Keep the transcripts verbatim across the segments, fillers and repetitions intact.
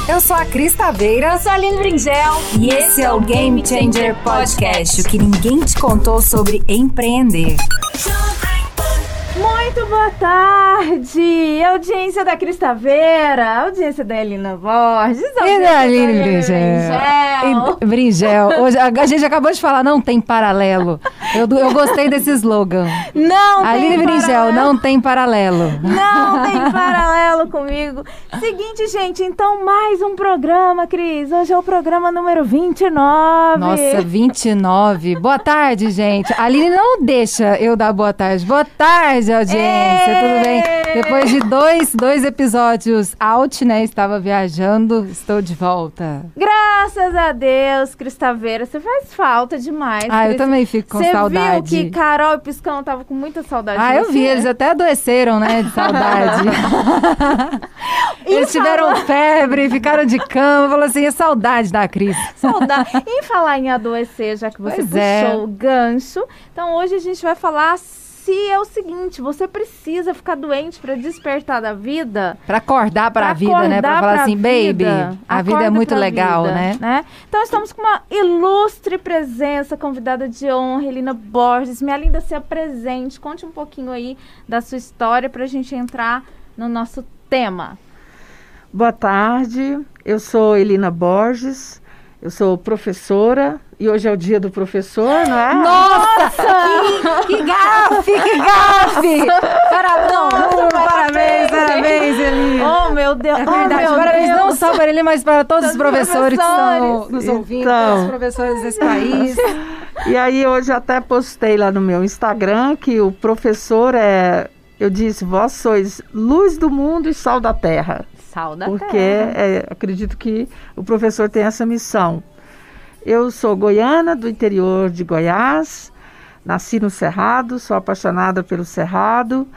Eu sou a Cris Taveira. Eu sou a Aline Bringel. E esse é o Game Changer Podcast, o que ninguém te contou sobre empreender. Muito boa tarde, audiência da Cris Taveira, audiência da Elina Borges, e da Aline Bringel. Bringel. Hoje, a gente acabou de falar, não tem paralelo. Eu, eu gostei desse slogan. Não tem Aline Bringel, não tem paralelo. Não tem paralelo comigo. Seguinte, gente, então mais um programa, Cris. Hoje é o programa número vinte e nove. Nossa, vinte e nove. Boa tarde, gente. A Aline não deixa eu dar boa tarde. Boa tarde, audiência. Ei! Tudo bem? Depois de dois, dois episódios out, né? Estava viajando, estou de volta. Graças a Deus, Cris Taveira. Você faz falta demais. Ah, Cris. Eu também fico com Cê saudade. Você viu que Carol e Piscão estavam com muita saudade Ah, de eu você? vi. Eles até adoeceram, né? De saudade. Eles tiveram febre, ficaram de cama. Falou assim, é saudade da Cris. Saudade. E falar em adoecer, já que você pois puxou é. o gancho. Então, hoje a gente vai falar... Se é o seguinte, você precisa ficar doente para despertar da vida. Para acordar para a vida, né? Para falar assim, baby, a vida é muito legal, vida, né? né? Então, estamos com uma ilustre presença, convidada de honra, Elina Borges. Minha linda, se apresente. Conte um pouquinho aí da sua história para a gente entrar no nosso tema. Boa tarde, eu sou Elina Borges, eu sou professora. E hoje é o dia do professor, não é? Nossa! que, que gafe, que gafe! Parabéns, parabéns, parabéns, Eli. Oh, meu Deus. É verdade, oh, parabéns Deus. não só para ele, mas para todos, todos os professores, professores que estão nos então, ouvindo, todos os professores desse país. E aí hoje até postei lá no meu Instagram que o professor é... Eu disse, vós sois luz do mundo e sal da terra. Sal da porque terra. Porque é, acredito que o professor tem essa missão. Eu sou goiana, do interior de Goiás, nasci no Cerrado, sou apaixonada pelo Cerrado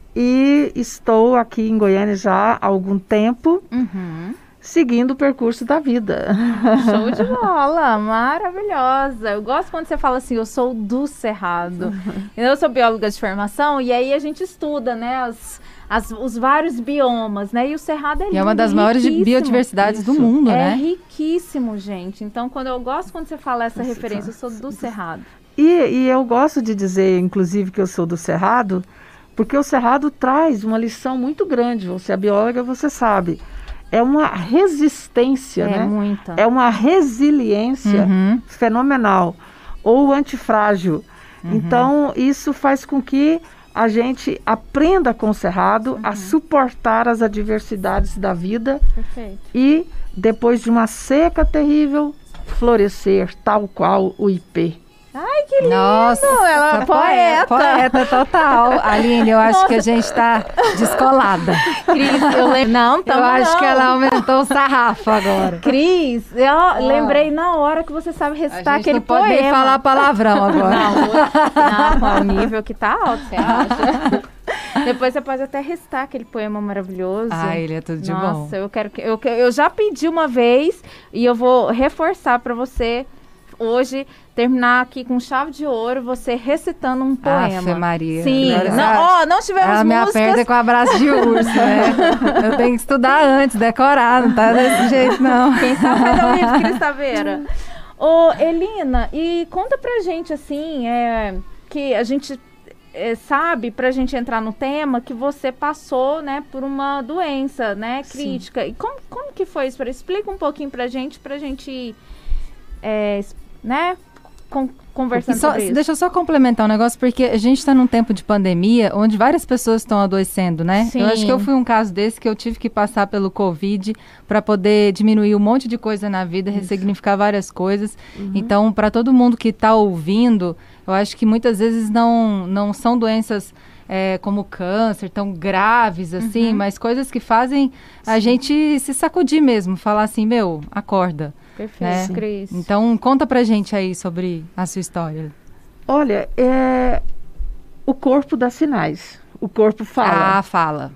e estou aqui em Goiânia já há algum tempo, uhum. seguindo o percurso da vida. Show de bola, maravilhosa. Eu gosto quando você fala assim, eu sou do Cerrado. Uhum. Eu sou bióloga de formação e aí a gente estuda, né, as... As, os vários biomas, né? E o Cerrado é lindo, e é uma das maiores biodiversidades Isso. do mundo, é né? É riquíssimo, gente. Então, quando eu gosto quando você fala essa Isso, referência, eu sou do Cerrado. E, e eu gosto de dizer, inclusive, que eu sou do Cerrado, porque o Cerrado traz uma lição muito grande. Você é bióloga, você sabe. É uma resistência, é, né? Muita. É uma resiliência uhum. fenomenal. Ou antifrágil. Uhum. Então, isso faz com que a gente aprenda com o Cerrado uhum. a suportar as adversidades da vida. Perfeito. E, depois de uma seca terrível, florescer tal qual o ipê. Ai, que lindo! Nossa, ela é poeta. Poeta total. Aline, eu acho Nossa. que a gente está descolada. Cris, eu lembro... Não, Eu acho não. que ela aumentou o sarrafo agora. Cris, eu oh. lembrei na hora que você sabe recitar aquele poema. A gente não pode nem falar palavrão agora. Não, não, o nível que tá alto, você acha? Depois você pode até recitar aquele poema maravilhoso. Ah, ele é tudo de Nossa, bom. Nossa, eu quero que... Eu, eu já pedi uma vez e eu vou reforçar para você... Hoje, terminar aqui com chave de ouro, você recitando um poema. Afe Maria. Sim. Agora, não, ó, não tivemos ela músicas... me aperta com abraço de urso, né? Eu tenho que estudar antes, decorar, não tá desse jeito, não. Quem sabe faz ao vivo, Cris Taveira. Ô, Elina, e conta pra gente, assim, é, que a gente é, sabe, pra gente entrar no tema, que você passou, né, por uma doença, né, crítica. Sim. E como, como que foi isso? Explica um pouquinho pra gente, pra gente... É, né, com, conversando só, sobre isso. Deixa eu só complementar um negócio, porque a gente está num tempo de pandemia, onde várias pessoas estão adoecendo, né? Sim. Eu acho que eu fui um caso desse, que eu tive que passar pelo Covid para poder diminuir um monte de coisa na vida, isso. ressignificar várias coisas. Uhum. Então, para todo mundo que está ouvindo, eu acho que muitas vezes não, não são doenças... É, como câncer, tão graves assim, uhum. mas coisas que fazem a Sim. gente se sacudir mesmo, falar assim, meu, acorda. Perfeito, né? Cris. Então, conta pra gente aí sobre a sua história. Olha, é... o corpo dá sinais, o corpo fala. Ah, fala.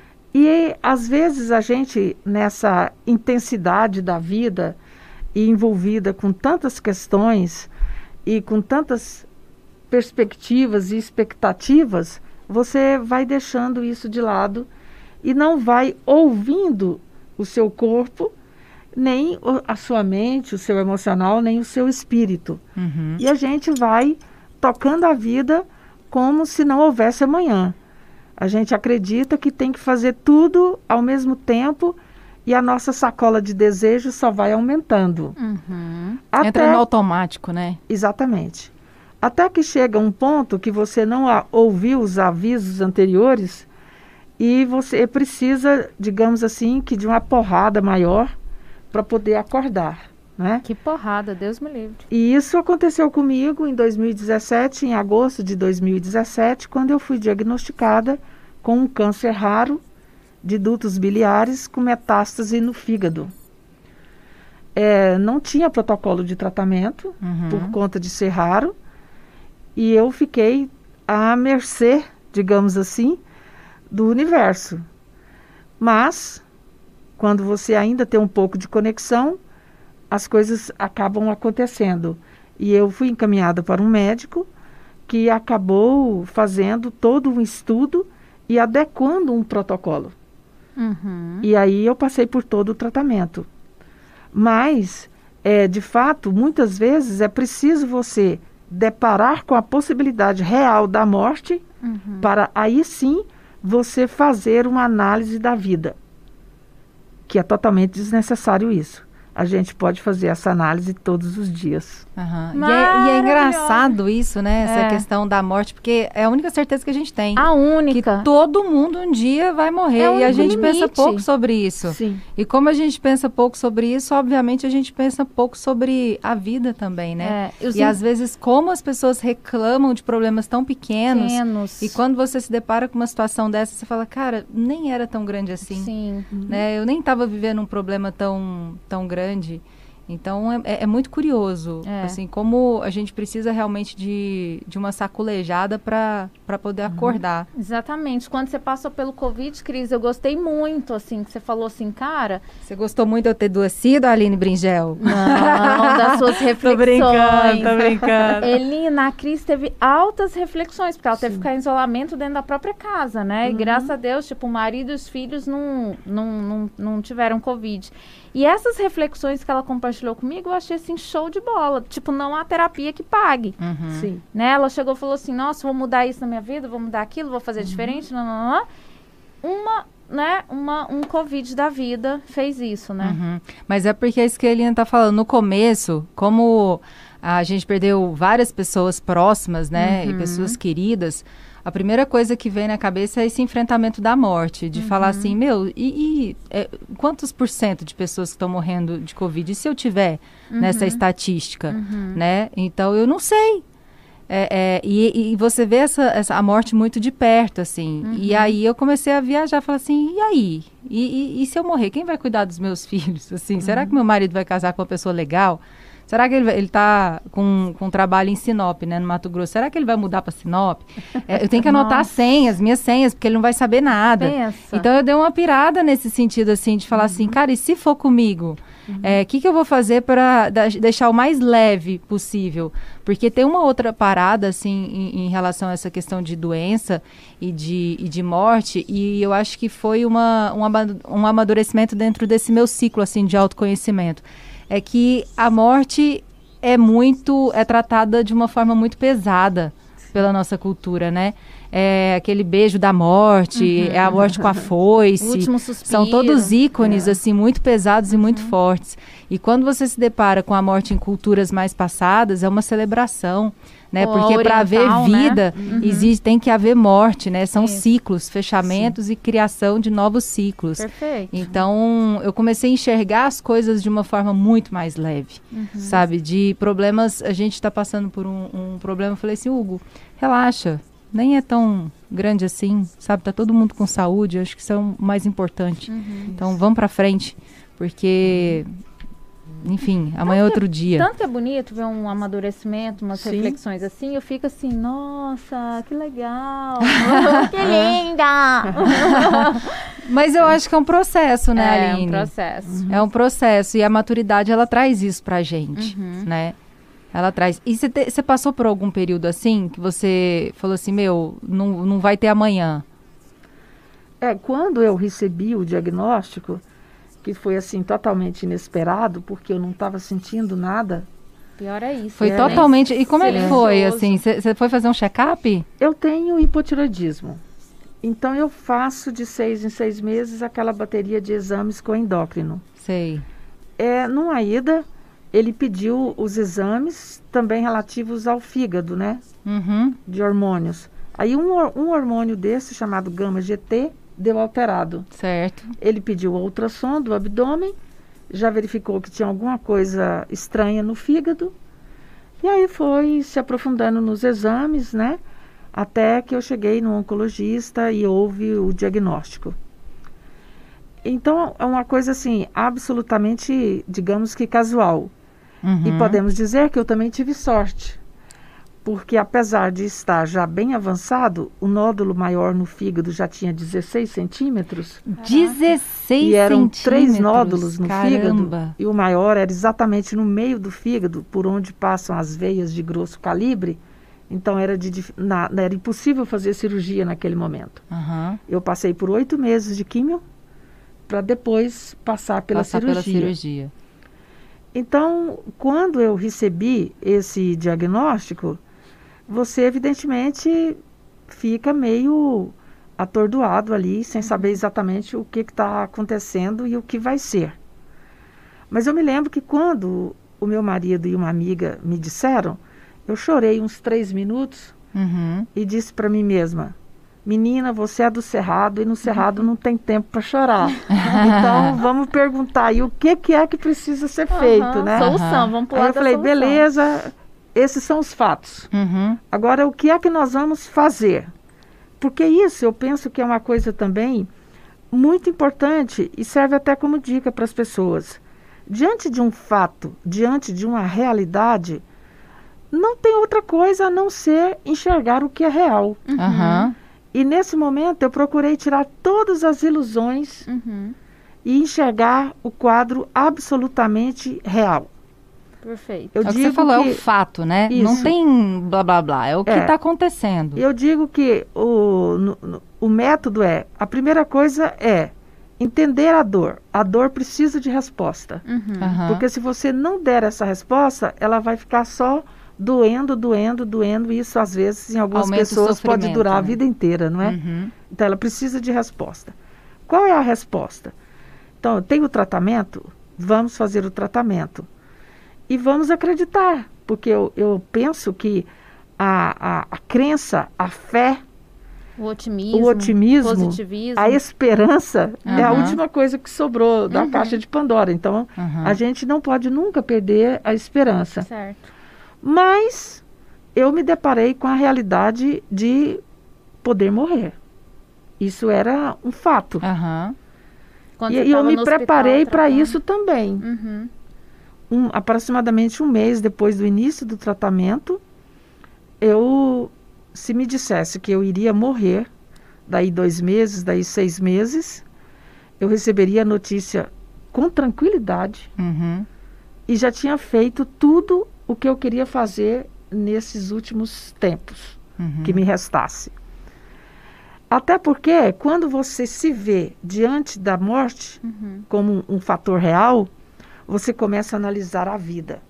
E às vezes a gente, nessa intensidade da vida e envolvida com tantas questões e com tantas perspectivas e expectativas, você vai deixando isso de lado e não vai ouvindo o seu corpo nem o, a sua mente, o seu emocional, nem o seu espírito. Uhum. E a gente vai tocando a vida como se não houvesse amanhã. A gente acredita que tem que fazer tudo ao mesmo tempo e a nossa sacola de desejos só vai aumentando. Uhum. Até... Entra no automático, né? Exatamente. Até que chega um ponto que você não a- ouviu os avisos anteriores e você precisa, digamos assim, que de uma porrada maior para poder acordar, né? Que porrada, Deus me livre. E isso aconteceu comigo em dois mil e dezessete, em agosto de dois mil e dezessete, quando eu fui diagnosticada com um câncer raro de dutos biliares com metástase no fígado. É, não tinha protocolo de tratamento, Uhum. por conta de ser raro, e eu fiquei à mercê, digamos assim, do universo. Mas, quando você ainda tem um pouco de conexão, as coisas acabam acontecendo. E eu fui encaminhada para um médico que acabou fazendo todo um estudo e adequando um protocolo. Uhum. E aí eu passei por todo o tratamento. Mas, é, de fato, muitas vezes é preciso você deparar com a possibilidade real da morte Uhum. para aí sim você fazer uma análise da vida. Que é totalmente desnecessário isso. A gente pode fazer essa análise todos os dias. Aham. E, é, e é Maravilhosa. engraçado isso, né? Essa É. questão da morte, porque é a única certeza que a gente tem. A Que única. todo mundo um dia vai morrer. É o e a único gente pensa limite. pouco sobre isso. Sim. E como a gente pensa pouco sobre isso, obviamente a gente pensa pouco sobre a vida também, né? É, os E às vezes como as pessoas reclamam de problemas tão pequenos. pequenos. E quando você se depara com uma situação dessa, você fala, cara, nem era tão grande assim. Sim. Né? Eu nem estava vivendo um problema tão, tão grande. Então, é, é muito curioso, É. assim, como a gente precisa realmente de, de uma saculejada para poder acordar. Exatamente. Quando você passou pelo Covid, Cris, eu gostei muito, assim, que você falou assim, cara... Você gostou muito de eu ter adoecido, Aline Bringel? Não, das suas reflexões. Tô brincando, tô brincando. Elina, a Cris teve altas reflexões, porque ela teve que ficar em isolamento dentro da própria casa, né? E graças a Deus, tipo, o marido e os filhos não, não, não, não tiveram Covid. E essas reflexões que ela compartilhou comigo, eu achei, assim, show de bola. Tipo, não há terapia que pague, Uhum. Sim. né? Ela chegou e falou assim, nossa, vou mudar isso na minha vida, vou mudar aquilo, vou fazer diferente, não, não, não. Uma, né, uma, um Covid da vida fez isso, né? Uhum. Mas é porque é isso que a Elina tá falando. No começo, como a gente perdeu várias pessoas próximas, né? E pessoas queridas, a primeira coisa que vem na cabeça é esse enfrentamento da morte. De falar assim, meu, e, e é, quantos por cento de pessoas que estão morrendo de Covid? E se eu tiver nessa estatística, né? Então, eu não sei. É, é, e, e você vê essa, essa, a morte muito de perto, assim. E aí eu comecei a viajar, falar assim, e aí? E, e, e se eu morrer, quem vai cuidar dos meus filhos? Assim, será que meu marido vai casar com uma pessoa legal? Será que ele, vai- ele tá com, com trabalho em Sinop, né, no Mato Grosso? Será que ele vai mudar para Sinop? É, eu tenho que anotar as senhas, minhas senhas, porque ele não vai saber nada. Pensa. Então eu dei uma pirada nesse sentido, assim, de falar assim, cara, e se for comigo? O que, que eu vou fazer para deixar o mais leve possível? Porque tem uma outra parada, assim, em, em relação a essa questão de doença e de, e de morte, e eu acho que foi uma, um, ama- um amadurecimento dentro desse meu ciclo, assim, de autoconhecimento. É que a morte é muito, é tratada de uma forma muito pesada pela nossa cultura, né? É aquele beijo da morte, é a morte com a foice. O último suspiro. São todos ícones, assim, muito pesados e muito fortes. E quando você se depara com a morte em culturas mais passadas, é uma celebração, né? Ou Porque para haver oriental, né? vida, existe, tem que haver morte, né? São Isso. ciclos, fechamentos e criação de novos ciclos. Perfeito. Então, eu comecei a enxergar as coisas de uma forma muito mais leve, sabe? De problemas, a gente está passando por um, um problema, eu falei assim, Hugo, relaxa, nem é tão grande assim, sabe? Tá todo mundo com saúde, eu acho que isso é o mais importante. Então, vamos para frente, porque, enfim, amanhã é outro dia. Tanto que é bonito ver um amadurecimento, umas Sim. reflexões assim, eu fico assim, nossa, que legal, que linda! Mas eu acho que é um processo, né, É um Aline? processo. É um processo, e a maturidade, ela traz isso pra gente, né? Ela traz. E você passou por algum período assim, que você falou assim, meu, não, não vai ter amanhã? É, quando eu recebi o diagnóstico, que foi assim totalmente inesperado, porque eu não estava sentindo nada. Pior é isso. Foi né? totalmente... E como é que foi, Silencioso. assim? Você foi fazer um check-up? Eu tenho hipotiroidismo. Então eu faço de seis em seis meses aquela bateria de exames com endócrino. Sei. É, numa ida, ele pediu os exames também relativos ao fígado, né? Uhum. De hormônios. Aí um, hor- um hormônio desse, chamado gama G T, deu alterado. Certo. Ele pediu ultrassom do abdômen, já verificou que tinha alguma coisa estranha no fígado, e aí foi se aprofundando nos exames, né? Até que eu cheguei no oncologista e houve o diagnóstico. Então, é uma coisa assim, absolutamente, digamos que casual. Uhum. E podemos dizer que eu também tive sorte. Porque apesar de estar já bem avançado, o nódulo maior no fígado já tinha dezesseis centímetros. dezesseis E eram centímetros. três nódulos no Caramba. fígado. E o maior era exatamente no meio do fígado, por onde passam as veias de grosso calibre. Então era, de, dif- na- era impossível fazer cirurgia naquele momento. Aham. Eu passei por oito meses de químio para depois passar pela Passar cirurgia. pela cirurgia. Então, quando eu recebi esse diagnóstico, você evidentemente fica meio atordoado ali, sem saber exatamente o que está acontecendo e o que vai ser. Mas eu me lembro que quando o meu marido e uma amiga me disseram, eu chorei uns três minutos Uhum. e disse para mim mesma: menina, você é do Cerrado e no Cerrado não tem tempo para chorar. Então vamos perguntar aí o que, que é que precisa ser feito, Aham, né? Solução, vamos pular Aí eu da falei, solução. beleza, esses são os fatos. Uhum. Agora, o que é que nós vamos fazer? Porque isso eu penso que é uma coisa também muito importante e serve até como dica para as pessoas. Diante de um fato, diante de uma realidade, não tem outra coisa a não ser enxergar o que é real. Aham. E nesse momento eu procurei tirar todas as ilusões Uhum. e enxergar o quadro absolutamente real. Perfeito. Eu É o que digo você falou, é que, o fato, né? Isso. Não tem blá blá blá, é o que É. está acontecendo. eu digo que o, no- no- o método é, a primeira coisa é entender a dor. A dor precisa de resposta. Uhum. Aham. Porque se você não der essa resposta, ela vai ficar só doendo, doendo, doendo. E isso, às vezes, em algumas Aumenta o pessoas pode sofrimento, durar a né? vida inteira, não é? Uhum. Então, ela precisa de resposta. Qual é a resposta? Então, tem o tratamento? Vamos fazer o tratamento. E vamos acreditar, porque eu, eu penso que a, a, a crença, a fé, O otimismo. o otimismo, Positivismo. a esperança é a Aham. última coisa que sobrou da Uhum. caixa de Pandora. Então, Aham. a gente não pode nunca perder a esperança. Certo. Mas eu me deparei com a realidade de poder morrer. Isso era um fato. Aham. Quando E, você e eu tava me no hospital preparei para tratando. isso também. Uhum. Um, aproximadamente um mês depois do início do tratamento, eu, se me dissesse que eu iria morrer, daí dois meses, daí seis meses, eu receberia a notícia com tranquilidade Uhum. e já tinha feito tudo o que eu queria fazer nesses últimos tempos Uhum. que me restasse. Até porque, quando você se vê diante da morte Uhum. como um, um fator real, você começa a analisar a vida.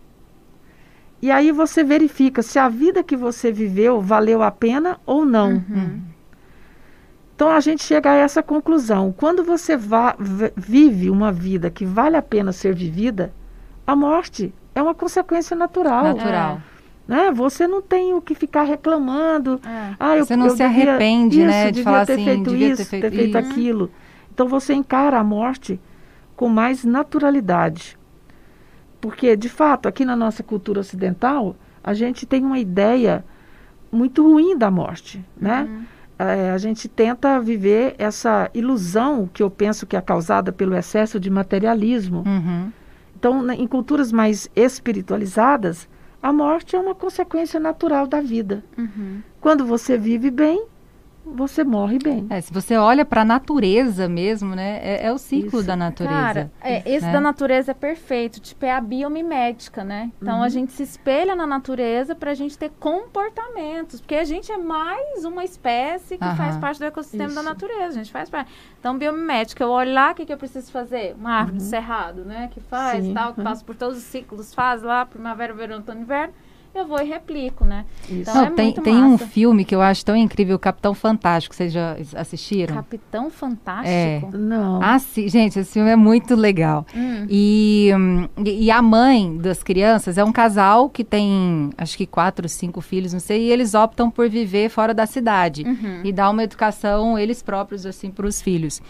E aí você verifica se a vida que você viveu valeu a pena ou não. Uhum. Então a gente chega a essa conclusão. Quando você va- v- vive uma vida que vale a pena ser vivida, a morte é uma consequência natural. Natural. Né? Você não tem o que ficar reclamando. É. Ah, eu, Você não eu se devia- arrepende, isso, né, de devia falar ter assim, feito devia ter isso, feito ter feito isso. aquilo. Então você encara a morte com mais naturalidade. Porque, de fato, aqui na nossa cultura ocidental, a gente tem uma ideia muito ruim da morte, né? Uhum. É, a gente tenta viver essa ilusão que eu penso que é causada pelo excesso de materialismo. Uhum. Então, na- em culturas mais espiritualizadas, a morte é uma consequência natural da vida. Uhum. Quando você vive bem, você morre bem. É, se você olha para a natureza mesmo, né? É, é o ciclo Isso. da natureza. Cara, é, esse né? da natureza é perfeito, tipo, é a biomimética, né? Então, Uhum. a gente se espelha na natureza pra gente ter comportamentos, porque a gente é mais uma espécie que Aham. faz parte do ecossistema Isso. da natureza, a gente faz parte. Então, biomimética, eu olho lá, o que, que eu preciso fazer? Uma árvore Uhum. de cerrado, né? Que faz, Sim, tal, que uhum. passa por todos os ciclos, faz lá, primavera, verão, outono, inverno, eu vou e replico, né? Isso. Então, Não, é tem muito tem um massa. filme que eu acho tão incrível, o Capitão Fantástico. Vocês já assistiram? Capitão Fantástico? É. Não. Ah, sim. Gente, esse filme é muito legal. Hum. E, hum, e e a mãe das crianças é um casal que tem, acho que quatro, cinco filhos, não sei, e eles optam por viver fora da cidade Uhum. e dar uma educação eles próprios, assim, para os filhos.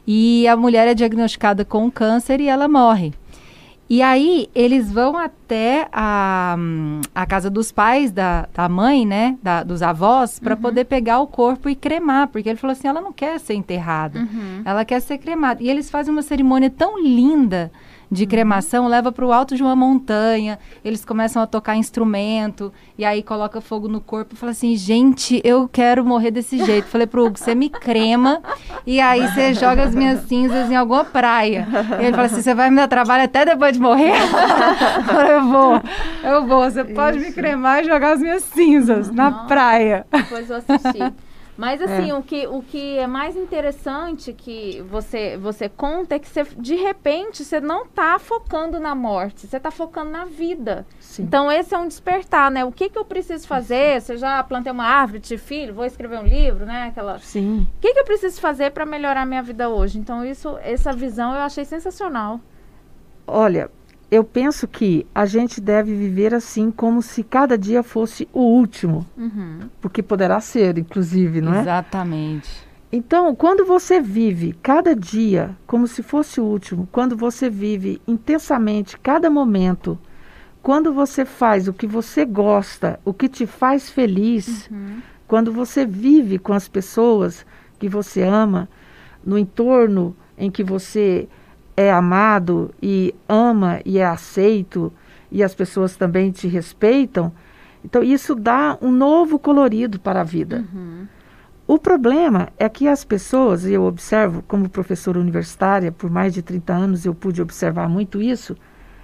E a mulher é diagnosticada com câncer e ela morre. E aí, eles vão até a, hum, a casa dos pais da, da mãe, né, da, dos avós, para Uhum. poder pegar o corpo e cremar, porque ele falou assim, ela não quer ser enterrada. Uhum. Ela quer ser cremada. E eles fazem uma cerimônia tão linda de cremação, leva para o alto de uma montanha, eles começam a tocar instrumento, e aí coloca fogo no corpo e fala assim, gente, eu quero morrer desse jeito. Falei pro Hugo, você me crema, e aí você joga as minhas cinzas em alguma praia. E ele fala assim, você vai me dar trabalho até depois de morrer? Eu falei, eu vou, eu vou, você pode me Isso. cremar e jogar as minhas cinzas na Nossa. praia. Depois eu assisti. Mas assim, É. o, que, o que é mais interessante que você, você conta é que você, de repente você não tá focando na morte, você tá focando na vida. Sim. Então esse é um despertar, né? O que, que eu preciso fazer? Você já plantei uma árvore, tive filho, vou escrever um livro, né? Aquela... Sim. O que, que eu preciso fazer para melhorar minha vida hoje? Então isso, essa visão eu achei sensacional. Olha, eu penso que a gente deve viver assim como se cada dia fosse o último, Uhum. porque poderá ser, inclusive, não é? Exatamente. Então, quando você vive cada dia como se fosse o último, quando você vive intensamente cada momento, quando você faz o que você gosta, o que te faz feliz, Uhum. quando você vive com as pessoas que você ama, no entorno em que você é amado e ama e é aceito, e as pessoas também te respeitam, então isso dá um novo colorido para a vida. Uhum. O problema é que as pessoas, e eu observo como professora universitária, por mais de trinta anos eu pude observar muito isso,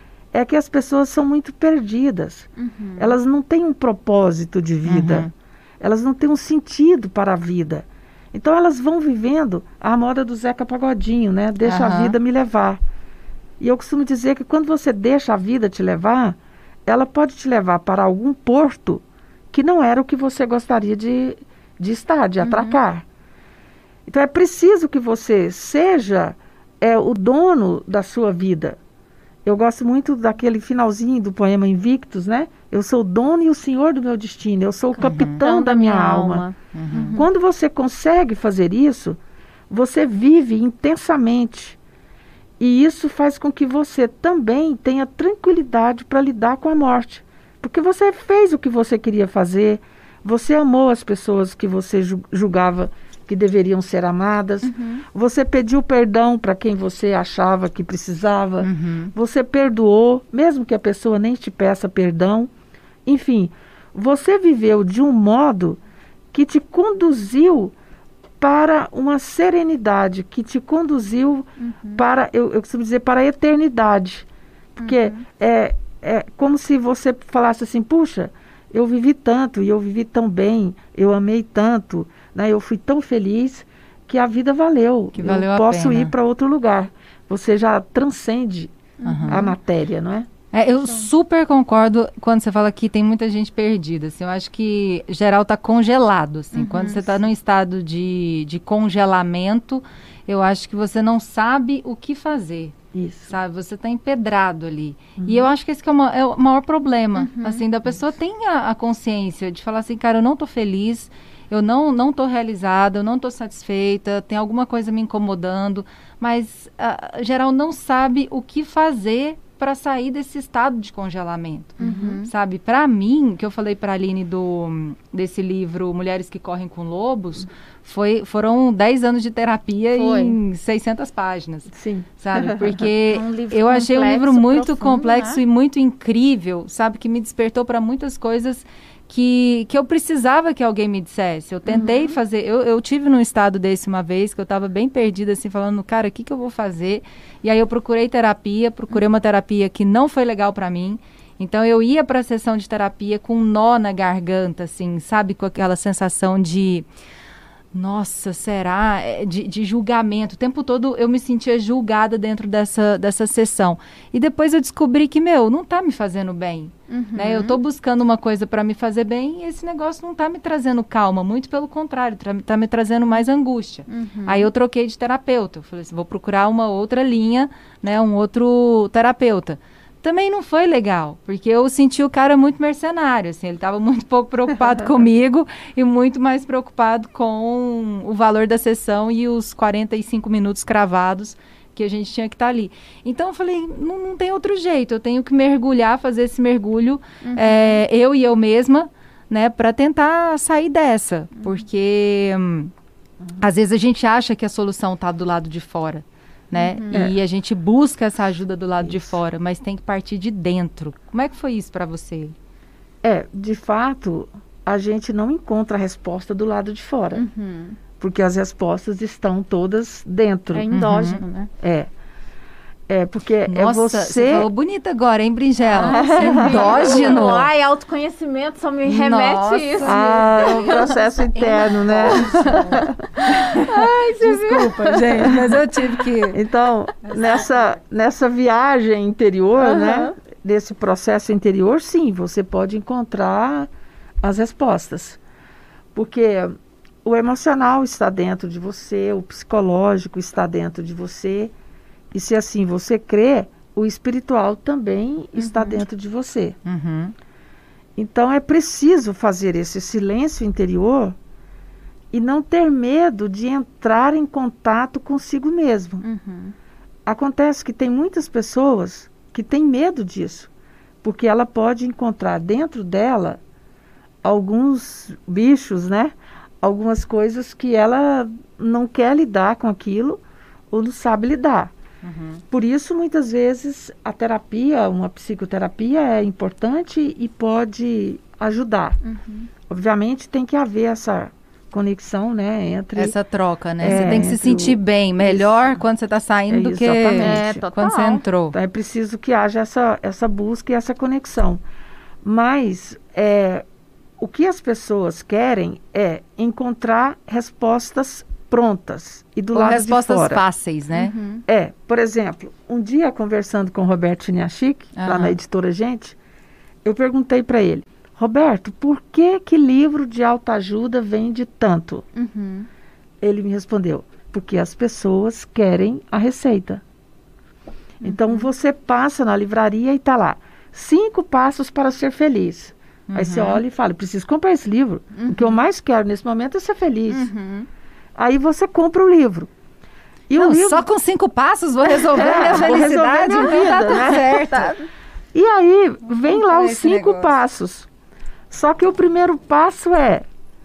é que as pessoas são muito perdidas. Uhum. Elas não têm um propósito de vida, Uhum. elas não têm um sentido para a vida. Então elas vão vivendo a moda do Zeca Pagodinho, né? Deixa a Aham. vida me levar. E eu costumo dizer que quando você deixa a vida te levar, ela pode te levar para algum porto que não era o que você gostaria de, de estar, de atracar. Então é preciso que você seja é, o dono da sua vida. Eu gosto muito daquele finalzinho do poema Invictus, né? Eu sou o dono e o senhor do meu destino, eu sou o capitão da minha alma. Uhum. Quando você consegue fazer isso, você vive intensamente. E isso faz com que você também tenha tranquilidade para lidar com a morte. Porque você fez o que você queria fazer, você amou as pessoas que você ju- julgava que deveriam ser amadas, Uhum. você pediu perdão para quem você achava que precisava, Uhum. você perdoou, mesmo que a pessoa nem te peça perdão. Enfim, você viveu de um modo que te conduziu para uma serenidade, que te conduziu Uhum. para, eu, eu costumo dizer, para a eternidade. Porque é, é como se você falasse assim, puxa, eu vivi tanto e eu vivi tão bem, eu amei tanto, né, eu fui tão feliz que a vida valeu. Que valeu eu a posso pena. ir para outro lugar. Você já transcende Uhum. a matéria, não é? É, eu super concordo quando você fala que tem muita gente perdida. Assim, eu acho que geral tá congelado. Assim, Uhum, quando você tá num estado de, de congelamento, eu acho que você não sabe o que fazer. Isso. Sabe, você tá empedrado ali. E eu acho que esse que é, uma- é o maior problema, Uhum. assim, da pessoa tem a, a consciência de falar assim, cara, eu não tô feliz, eu não, não tô realizada, eu não tô satisfeita, tem alguma coisa me incomodando, mas a geral não sabe o que fazer para sair desse estado de congelamento. Uhum. Sabe, para mim, que eu falei para a Aline do, desse livro Mulheres que Correm com Lobos, foi, foram dez anos de terapia Foi. em seiscentas páginas, Sim. sabe? Porque É um livro eu achei um livro complexo, muito profundo, complexo né? e muito incrível, sabe? Que me despertou para muitas coisas que, que eu precisava que alguém me dissesse. Eu tentei uhum. fazer, eu, eu tive num estado desse uma vez, que eu estava bem perdida, assim, falando, cara, o que, que eu vou fazer? E aí eu procurei terapia, procurei uma terapia que não foi legal para mim. Então eu ia para a sessão de terapia com um nó na garganta, assim, sabe? Com aquela sensação de... Nossa, será? De, de julgamento. O tempo todo eu me sentia julgada dentro dessa, dessa sessão. E depois eu descobri que, meu, não tá me fazendo bem. Uhum. Né? Eu tô buscando uma coisa para me fazer bem e esse negócio não tá me trazendo calma. Muito pelo contrário, tá, tá me trazendo mais angústia. Uhum. Aí eu troquei de terapeuta. Eu falei assim, vou procurar uma outra linha, né? Um outro terapeuta. Também não foi legal, porque eu senti o cara muito mercenário, assim, ele estava muito pouco preocupado comigo e muito mais preocupado com o valor da sessão e os quarenta e cinco minutos cravados que a gente tinha que estar tá ali. Então eu falei, não, não tem outro jeito, eu tenho que mergulhar, fazer esse mergulho, uhum. é, eu e eu mesma, né, para tentar sair dessa, uhum. porque hum, uhum. às vezes a gente acha que a solução está do lado de fora. Né? Uhum. E é. a gente busca essa ajuda do lado isso. de fora, mas tem que partir de dentro. Como é que foi isso para você? É, de fato, a gente não encontra a resposta do lado de fora. Uhum. Porque as respostas estão todas dentro. É endógeno, uhum. né? É. É, porque Nossa, é você... você falou bonita agora, hein, Brinjela? Ah, endógeno. Ai, autoconhecimento só me remete Nossa, a isso. Ah, é um processo interno, né? Ai, desculpa, gente, mas eu tive que... Então, nessa, nessa viagem interior, uhum. né? Nesse processo interior, sim, você pode encontrar as respostas. Porque o emocional está dentro de você, o psicológico está dentro de você. E se assim você crê, o espiritual também uhum. está dentro de você. Uhum. Então é preciso fazer esse silêncio interior e não ter medo de entrar em contato consigo mesmo. Uhum. Acontece que tem muitas pessoas que têm medo disso, porque ela pode encontrar dentro dela alguns bichos, né? Algumas coisas que ela não quer lidar com aquilo ou não sabe lidar. Uhum. Por isso, muitas vezes, a terapia, uma psicoterapia é importante e pode ajudar. Uhum. Obviamente, tem que haver essa conexão, né, entre... Essa troca, né? É, você tem que se sentir o... bem, melhor isso. Quando você está saindo é, do que é, quando você entrou. Então, é preciso que haja essa, essa busca e essa conexão. Mas, é, o que as pessoas querem é encontrar respostas prontas e do Ou lado respostas de fora. fáceis, né? Uhum. É, por exemplo, um dia conversando com o Roberto Chiniachik, uhum. lá na editora Gente, eu perguntei para ele, Roberto, por que que livro de autoajuda vende tanto? Uhum. Ele me respondeu, porque as pessoas querem a receita. Uhum. Então você passa na livraria e está lá, cinco passos para ser feliz. Uhum. Aí você olha e fala, preciso comprar esse livro. Uhum. O que eu mais quero nesse momento é ser feliz. Uhum. Aí você compra o livro. E Não, o livro... Só com cinco passos vou resolver é, minha felicidade. Vou resolver minha vida, né? Certo. E aí vem lá os cinco negócio. passos. Só que o primeiro passo é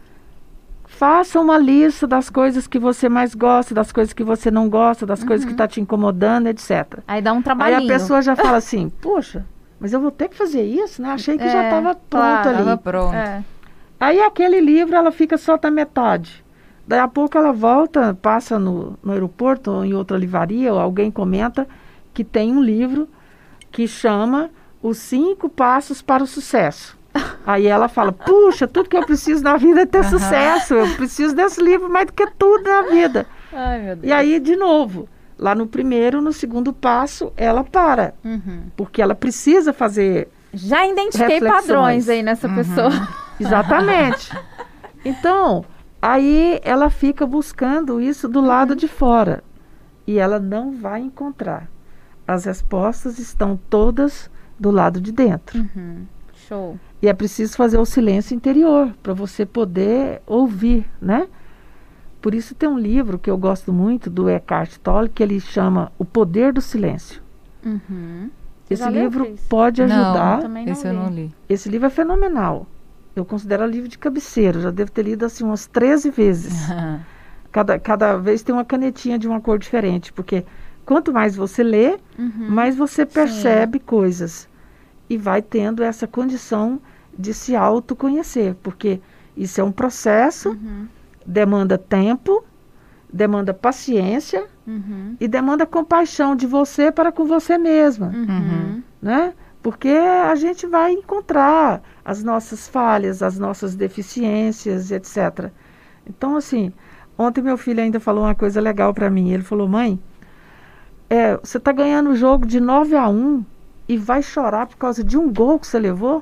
faça uma lista das coisas que você mais gosta, das coisas que você não gosta, das uhum. coisas que estão tá te incomodando, etcétera. Aí dá um trabalhinho. Aí a pessoa já fala assim, poxa, mas eu vou ter que fazer isso, né? Achei que é, já estava pronto claro, ali. Estava pronto. É. Aí aquele livro, ela fica só na metade. Daí a pouco ela volta, passa no, no aeroporto ou em outra livraria, ou alguém comenta que tem um livro que chama Os Cinco Passos para o Sucesso. Aí ela fala, puxa, tudo que eu preciso na vida é ter uhum. sucesso, eu preciso desse livro mais do que tudo na vida. Ai, meu Deus. E aí, de novo, lá no primeiro, no segundo passo, ela para, uhum. porque ela precisa fazer Já identifiquei reflexões. Padrões aí nessa uhum. pessoa. Exatamente. Então... Aí ela fica buscando isso do lado uhum. de fora. E ela não vai encontrar. As respostas estão todas do lado de dentro. Uhum. Show. E é preciso fazer o silêncio interior para você poder ouvir, né? Por isso tem um livro que eu gosto muito, do Eckhart Tolle, que ele chama O Poder do Silêncio. Uhum. Esse livro pode ajudar. Não, não esse eu não li. Esse livro é fenomenal. Eu considero livro de cabeceira, já devo ter lido assim umas treze vezes. cada, cada vez tem uma canetinha de uma cor diferente, porque quanto mais você lê, uhum. mais você percebe Sim. coisas. E vai tendo essa condição de se autoconhecer, porque isso é um processo, uhum. demanda tempo, demanda paciência uhum. e demanda compaixão de você para com você mesma, uhum. né? Porque a gente vai encontrar as nossas falhas, as nossas deficiências, etcétera. Então, assim, ontem meu filho ainda falou uma coisa legal para mim. Ele falou, mãe, é, você está ganhando o jogo de nove a um e vai chorar por causa de um gol que você levou?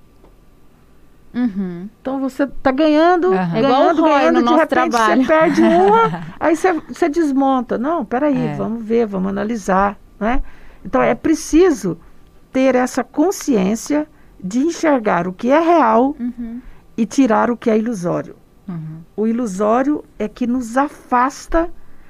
Uhum. Então você está ganhando, uhum. ganhando, igual o Roy ganhando, no de nosso repente trabalho. Você perde uma, aí você, você desmonta. Não, peraí, é. vamos ver, vamos analisar, né? Então é preciso ter essa consciência de enxergar o que é real uhum. e tirar o que é ilusório. Uhum. O ilusório é que nos afasta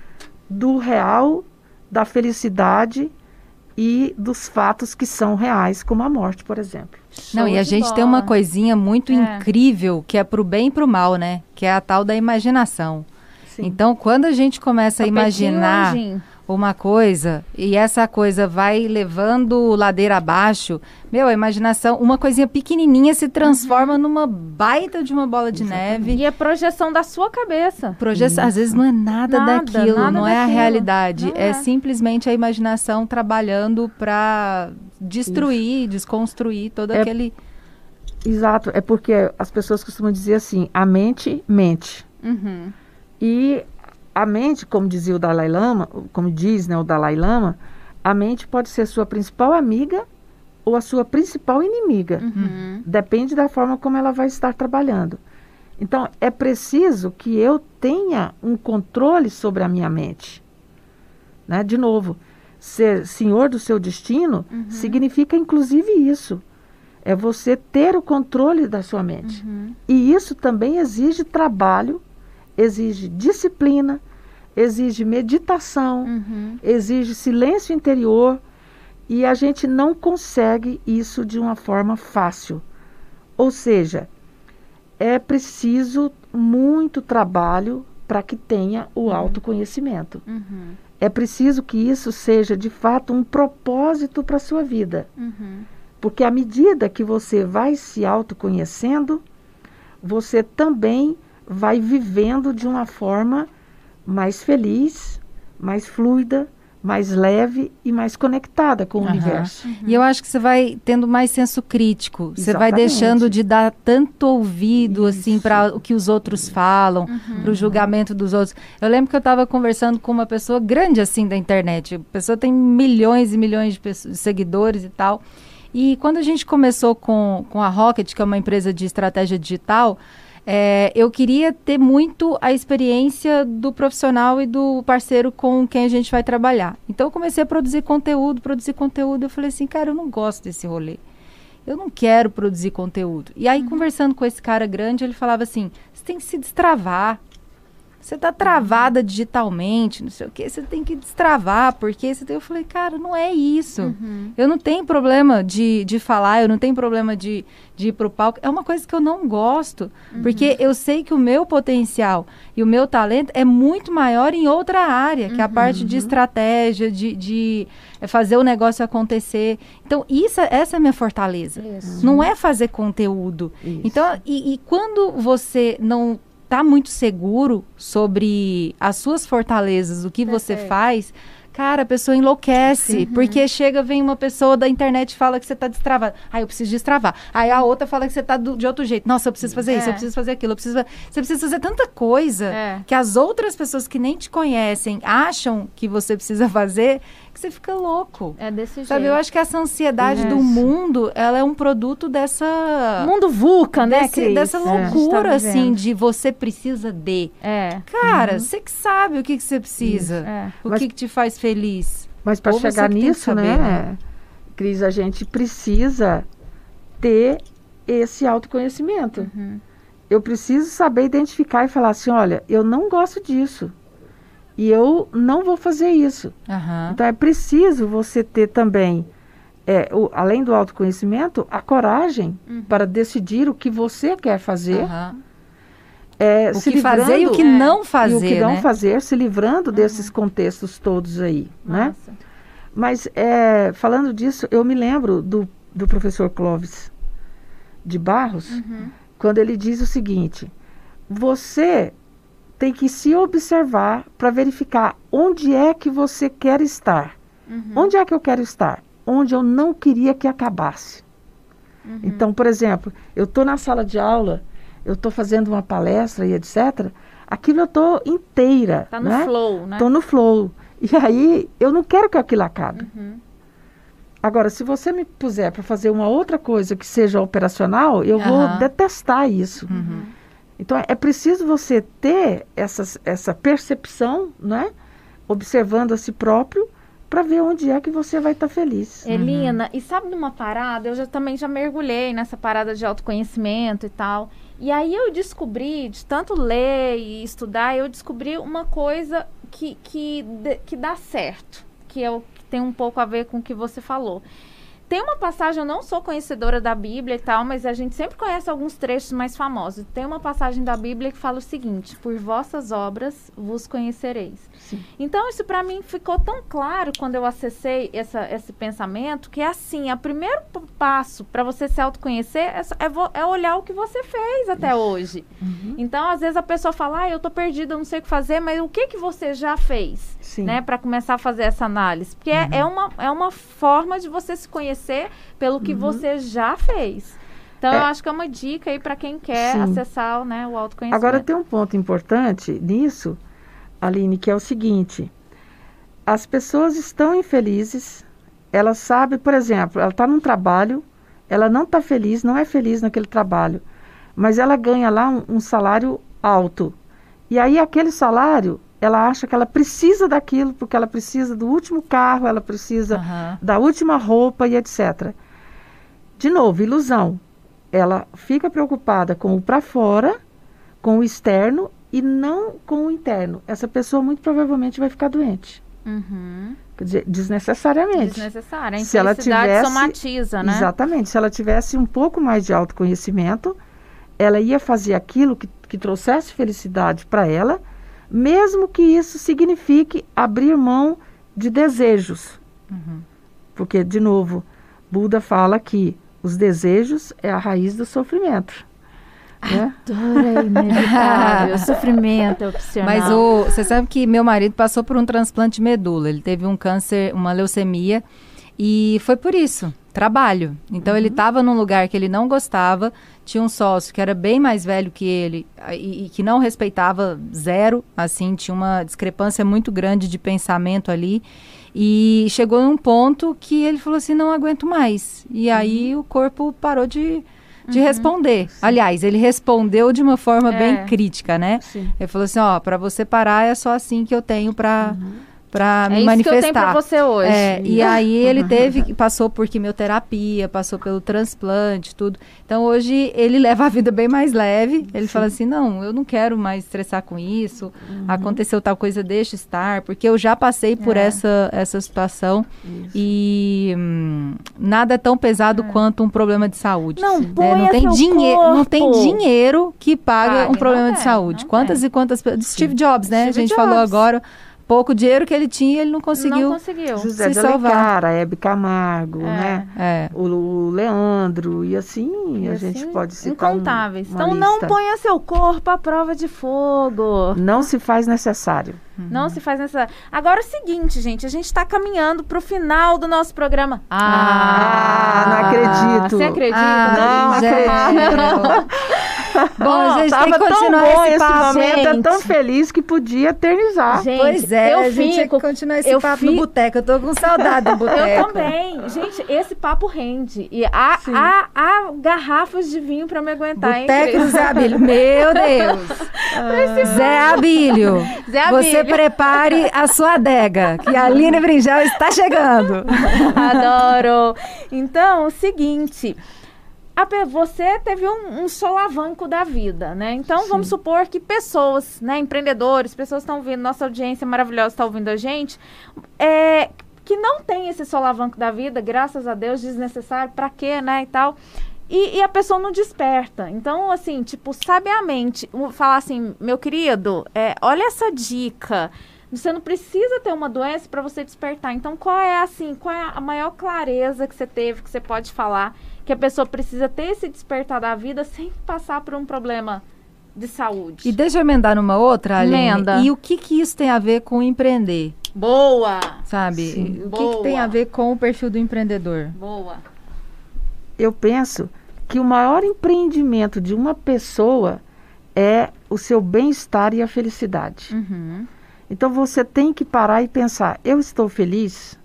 do real, da felicidade e dos fatos que são reais, como a morte, por exemplo. Não, e a gente bola. tem uma coisinha muito é. incrível, que é pro bem e pro mal, né? Que é a tal da imaginação. Sim. Então, quando a gente começa a imaginar anjinho. uma coisa, e essa coisa vai levando ladeira abaixo, meu, a imaginação, uma coisinha pequenininha se transforma uhum. numa baita de uma bola de Exatamente. neve. E a projeção da sua cabeça. Projeção, às vezes não é nada, nada daquilo, nada não daquilo. é a realidade. Não é, é simplesmente a imaginação trabalhando para destruir, Isso. desconstruir todo é, aquele... Exato, é porque as pessoas costumam dizer assim, a mente mente. Uhum. E a mente, como dizia o Dalai Lama, como diz, né, o Dalai Lama, a mente pode ser sua principal amiga ou a sua principal inimiga. Uhum. Depende da forma como ela vai estar trabalhando. Então, é preciso que eu tenha um controle sobre a minha mente. Né? De novo, ser senhor do seu destino uhum. significa inclusive isso. É você ter o controle da sua mente. Uhum. E isso também exige trabalho, exige disciplina, exige meditação, uhum. exige silêncio interior, e a gente não consegue isso de uma forma fácil. Ou seja, é preciso muito trabalho para que tenha o uhum. autoconhecimento. Uhum. É preciso que isso seja, de fato, um propósito para a sua vida. Uhum. Porque à medida que você vai se autoconhecendo, você também vai vivendo de uma forma mais feliz, mais fluida, mais leve e mais conectada com o uhum. universo. Uhum. E eu acho que você vai tendo mais senso crítico. Você Exatamente. vai deixando de dar tanto ouvido Isso. assim para o que os outros falam, uhum. para o julgamento dos outros. Eu lembro que eu estava conversando com uma pessoa grande assim da internet. A pessoa tem milhões e milhões de, pessoas, de seguidores e tal. E quando a gente começou com, com a Rocket, que é uma empresa de estratégia digital, É, eu queria ter muito a experiência do profissional e do parceiro com quem a gente vai trabalhar. Então eu comecei a produzir conteúdo, produzir conteúdo. Eu falei assim, cara, eu não gosto desse rolê. Eu não quero produzir conteúdo. E aí, uhum. conversando com esse cara grande, ele falava assim, você tem que se destravar. Você tá travada digitalmente, não sei o quê, você tem que destravar, porque você tem... Eu falei, cara, não é isso. Uhum. Eu não tenho problema de, de falar, eu não tenho problema de, de ir pro palco. É uma coisa que eu não gosto, uhum. porque eu sei que o meu potencial e o meu talento é muito maior em outra área, que é a parte de estratégia, de, de fazer o negócio acontecer. Então, isso, essa é a minha fortaleza. Isso. Não é fazer conteúdo. Isso. Então, e, e quando você não... tá muito seguro sobre as suas fortalezas, o que Perfeito. você faz, cara, a pessoa enlouquece, Uhum. porque chega, vem uma pessoa da internet e fala que você tá destravado. Aí eu preciso destravar. Aí a outra fala que você tá do, de outro jeito. Nossa, eu preciso fazer É. isso, eu preciso fazer aquilo, eu preciso... Você precisa fazer tanta coisa É. que as outras pessoas que nem te conhecem acham que você precisa fazer, que você fica louco. É desse jeito. Sabe, eu acho que essa ansiedade Isso. do mundo, ela é um produto dessa... Mundo VUCA, né, desse, Cris? dessa É. loucura, Tá assim, vivendo. de você precisa de. É. Cara, você que sabe o que, que você precisa. É. O Mas- que, que te faz feliz. Mas para Ou você chegar que tem que nisso, saber, né, né? Cris, a gente precisa ter esse autoconhecimento. Uhum. Eu preciso saber identificar e falar assim, olha, eu não gosto disso. E eu não vou fazer isso. Aham. Então é preciso você ter também, é, o, além do autoconhecimento, a coragem Uhum. para decidir o que você quer fazer. Aham. É, O se que fazer e o que É. não fazer, e o que não né? fazer, se livrando desses contextos todos aí, né? Nossa. Mas, é, falando disso, eu me lembro do, do professor Clóvis. de Barros, Uhum. quando ele diz o seguinte: você tem que se observar para verificar onde é que você quer estar. Uhum. Onde é que eu quero estar? Onde eu não queria que acabasse. Uhum. Então, por exemplo, eu estou na sala de aula, eu estou fazendo uma palestra e etcétera. Aquilo eu estou inteira. Tá no né? flow, né? Estou no flow. E aí, eu não quero que aquilo acabe. Uhum. Agora, se você me puser para fazer uma outra coisa que seja operacional, eu vou Aham. detestar isso. Uhum. Então, é preciso você ter essas, essa percepção, né? Observando a si próprio, para ver onde é que você vai estar feliz. Elina, e sabe de uma parada? Eu já, também já mergulhei nessa parada de autoconhecimento e tal. E aí eu descobri, de tanto ler e estudar, eu descobri uma coisa que, que, de- que dá certo, que, é o, que tem um pouco a ver com o que você falou. Tem uma passagem, eu não sou conhecedora da Bíblia e tal, mas a gente sempre conhece alguns trechos mais famosos. Tem uma passagem da Bíblia que fala o seguinte: por vossas obras vos conhecereis. Sim. Então, isso para mim ficou tão claro quando eu acessei essa, esse pensamento, que é assim, o primeiro p- passo para você se autoconhecer é, só- é, vo- é olhar o que você fez até hoje. Uhum. Então, às vezes a pessoa fala, ah, eu tô perdida, eu não sei o que fazer, mas o que que você já fez? Sim. Né, para começar a fazer essa análise. Porque é, é, uma, é uma forma de você se conhecer pelo que você já fez. Então, É. eu acho que é uma dica aí para quem quer Sim. acessar, né, o autoconhecimento. Agora, tem um ponto importante nisso, Aline, que é o seguinte: as pessoas estão infelizes, elas sabem, por exemplo, ela está num trabalho, ela não está feliz, não é feliz naquele trabalho, mas ela ganha lá um, um salário alto. E aí, aquele salário, ela acha que ela precisa daquilo, porque ela precisa do último carro, ela precisa Aham. da última roupa e etcétera. De novo, ilusão. Ela fica preocupada com o para fora, com o externo e não com o interno. Essa pessoa muito provavelmente vai ficar doente. Uhum. Quer dizer, desnecessariamente. Desnecessária. A Se ela infelicidade tivesse- somatiza, né? Exatamente. Se ela tivesse um pouco mais de autoconhecimento, ela ia fazer aquilo que, que trouxesse felicidade para ela, mesmo que isso signifique abrir mão de desejos. Uhum. Porque, de novo, Buda fala que os desejos é a raiz do sofrimento. Né? Adorei, inevitável. Sofrimento é opcional. Mas o, você sabe que meu marido passou por um transplante de medula. Ele teve um câncer, uma leucemia, e foi por isso, trabalho. Então ele estava num lugar que ele não gostava, tinha um sócio que era bem mais velho que ele e, e que não respeitava zero, assim, tinha uma discrepância muito grande de pensamento ali. E chegou num ponto que ele falou assim, não aguento mais. E aí o corpo parou de... de responder. Aliás, ele respondeu de uma forma É. bem crítica, né? Sim. Ele falou assim, ó, para você parar é só assim que eu tenho para para é me isso manifestar. que eu tenho pra você hoje. É, e aí ele teve, passou por quimioterapia, passou pelo transplante, tudo. Então hoje ele leva a vida bem mais leve. Ele fala assim, não, eu não quero mais estressar com isso. Aconteceu tal coisa, deixa estar, porque eu já passei por É. essa essa situação Isso. e hum, nada é tão pesado quanto um problema de saúde. Não, né? ponha não tem seu dinheiro, não tem corpo. dinheiro que paga Pague, um problema não de tem, saúde. não Quantas tem. e quantas pe- Steve Jobs, né? Steve a gente Jobs. falou agora, pouco dinheiro que ele tinha, ele não conseguiu. Não conseguiu. José se de salvar. Alencar, a Hebe Camargo, É. né? É. O, o Leandro, e assim E a assim, gente pode citar um- incontáveis. uma Então não lista. ponha seu corpo à prova de fogo. Não se faz necessário. Não se faz nessa. Agora é o seguinte, gente, a gente tá caminhando pro final do nosso programa. Ah, não acredito. Você acredita? Ah, Não Rogério. Bom, a gente tem Tava que tão continuar bom esse esse papo. momento, é gente. tão feliz que podia eternizar. Gente, Pois é, eu a gente tem fico. que continuar esse eu papo fico- no boteco. Eu tô com saudade do boteco. Eu também. Gente, esse papo rende. E há, Sim. há, há garrafas de vinho pra me aguentar, hein, Boteco do Cris? Zé Abílio. Meu Deus. Zé Abílio. Zé Você Abílio. prepare a sua adega, que a Aline Brinjal está chegando. Adoro. Então, o seguinte. a pe- você teve um, um solavanco da vida, né? Então, Sim. vamos supor que pessoas, né, empreendedores, pessoas estão ouvindo, nossa audiência maravilhosa está ouvindo a gente, é, que não tem esse solavanco da vida, graças a Deus, desnecessário, pra quê, né, e tal. E, e a pessoa não desperta. Então, assim, tipo, sabiamente, um, falar assim, meu querido, é, olha essa dica, Você não precisa ter uma doença para você despertar. Então, qual é assim, qual é a maior clareza que você teve, que você pode falar, que a pessoa precisa ter esse despertar da vida sem passar por um problema de saúde? E deixa eu emendar numa outra, Aline. Emenda. E o que que isso tem a ver com empreender? Boa! Sabe? Sim, o que, boa. que tem a ver com o perfil do empreendedor? Boa. Eu penso que o maior empreendimento de uma pessoa é o seu bem-estar e a felicidade. Uhum. Então você tem que parar e pensar, eu estou feliz?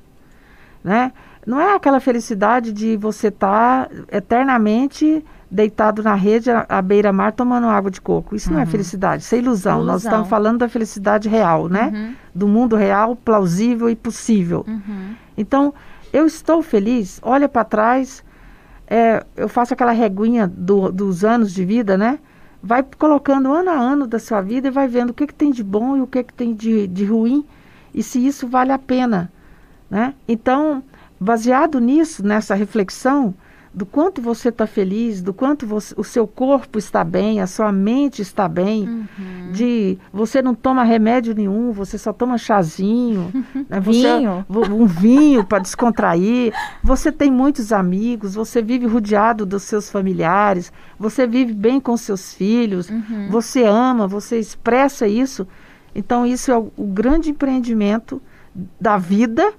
Né? Não é aquela felicidade de você estar eternamente deitado na rede à, à beira-mar tomando água de coco. Isso Uhum. não é felicidade, isso é ilusão. Ilusão. Nós estamos falando da felicidade real, né? Uhum. Do mundo real, plausível e possível. Uhum. Então, eu estou feliz, olha para trás, é, eu faço aquela reguinha do, dos anos de vida, né? Vai colocando ano a ano da sua vida e vai vendo o que, que tem de bom e o que, que tem de, de ruim e se isso vale a pena, né? Então, baseado nisso, nessa reflexão do quanto você está feliz, do quanto você, o seu corpo está bem, a sua mente está bem, Uhum. de você não toma remédio nenhum, você só toma chazinho, né? Você- Vinho. um vinho para descontrair, você tem muitos amigos, você vive rodeado dos seus familiares, você vive bem com seus filhos, Uhum. você ama, você expressa isso. Então isso é o, o grande empreendimento da vida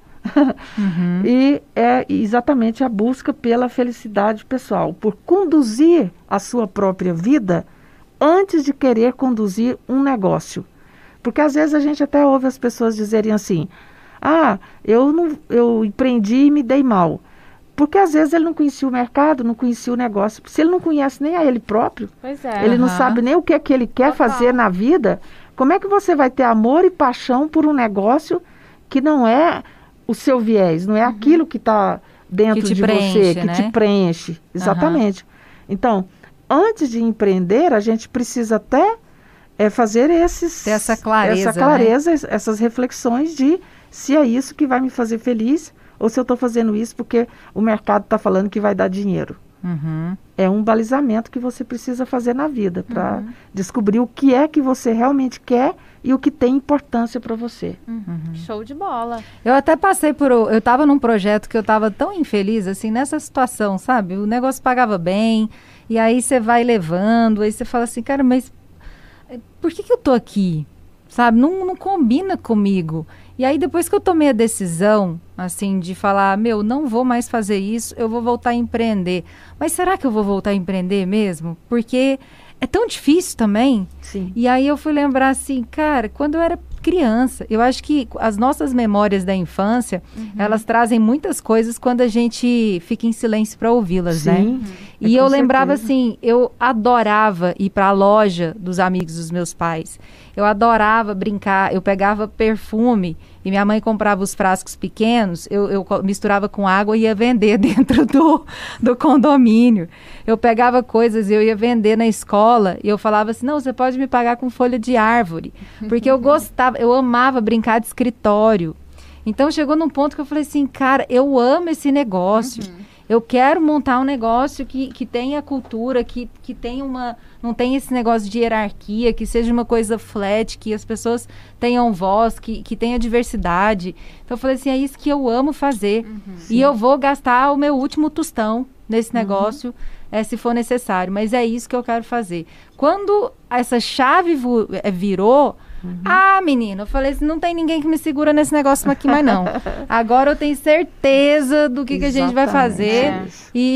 Uhum. e é exatamente a busca pela felicidade pessoal, por conduzir a sua própria vida antes de querer conduzir um negócio. Porque às vezes a gente até ouve as pessoas dizerem assim, ah, eu, não, eu empreendi e me dei mal. Porque às vezes ele não conhecia o mercado, não conhecia o negócio. Se ele não conhece nem a ele próprio, Pois é. ele não Aham. sabe nem o que é que ele quer Total. fazer na vida, como é que você vai ter amor e paixão por um negócio que não é o seu viés, não é aquilo que está dentro Que te de preenche, você, que né? te preenche. Exatamente. Então, antes de empreender, a gente precisa até é, fazer esses, Ter essa clareza, essa clareza, es- essas reflexões de se é isso que vai me fazer feliz ou se eu estou fazendo isso porque o mercado está falando que vai dar dinheiro. Uhum. É um balizamento que você precisa fazer na vida para descobrir o que é que você realmente quer e o que tem importância para você. Show de bola. Eu até passei por... Eu estava num projeto que eu estava tão infeliz, assim, nessa situação, sabe? O negócio pagava bem, e aí você vai levando, aí você fala assim, cara, mas eh, por que que eu tô aqui? Sabe? Não, não combina comigo. E aí, depois que eu tomei a decisão, assim, de falar, meu, não vou mais fazer isso, eu vou voltar a empreender. Mas será que eu vou voltar a empreender mesmo? Porque é tão difícil também. Sim. E aí eu fui lembrar assim, cara, quando eu era criança, eu acho que as nossas memórias da infância, elas trazem muitas coisas quando a gente fica em silêncio para ouvi-las, né? Sim. é E com eu lembrava certeza. assim, eu adorava ir para a loja dos amigos dos meus pais. Eu adorava brincar, eu pegava perfume e minha mãe comprava os frascos pequenos, eu, eu co- misturava com água e ia vender dentro do, do condomínio. Eu pegava coisas e eu ia vender na escola e eu falava assim, não, você pode me pagar com folha de árvore. Porque eu gostava, eu amava brincar de escritório. Então chegou num ponto que eu falei assim, cara, eu amo esse negócio. Eu quero montar um negócio que, que tenha cultura, que, que tenha uma... Não tenha esse negócio de hierarquia, que seja uma coisa flat, que as pessoas tenham voz, que, que tenha diversidade. Então eu falei assim, é isso que eu amo fazer. E eu vou gastar o meu último tostão nesse negócio, é, se for necessário. Mas é isso que eu quero fazer. Quando essa chave vo- eh, virou... Ah, menina, eu falei assim, não tem ninguém que me segura nesse negócio aqui mais não. Agora eu tenho certeza do que, que a gente vai fazer. Exatamente.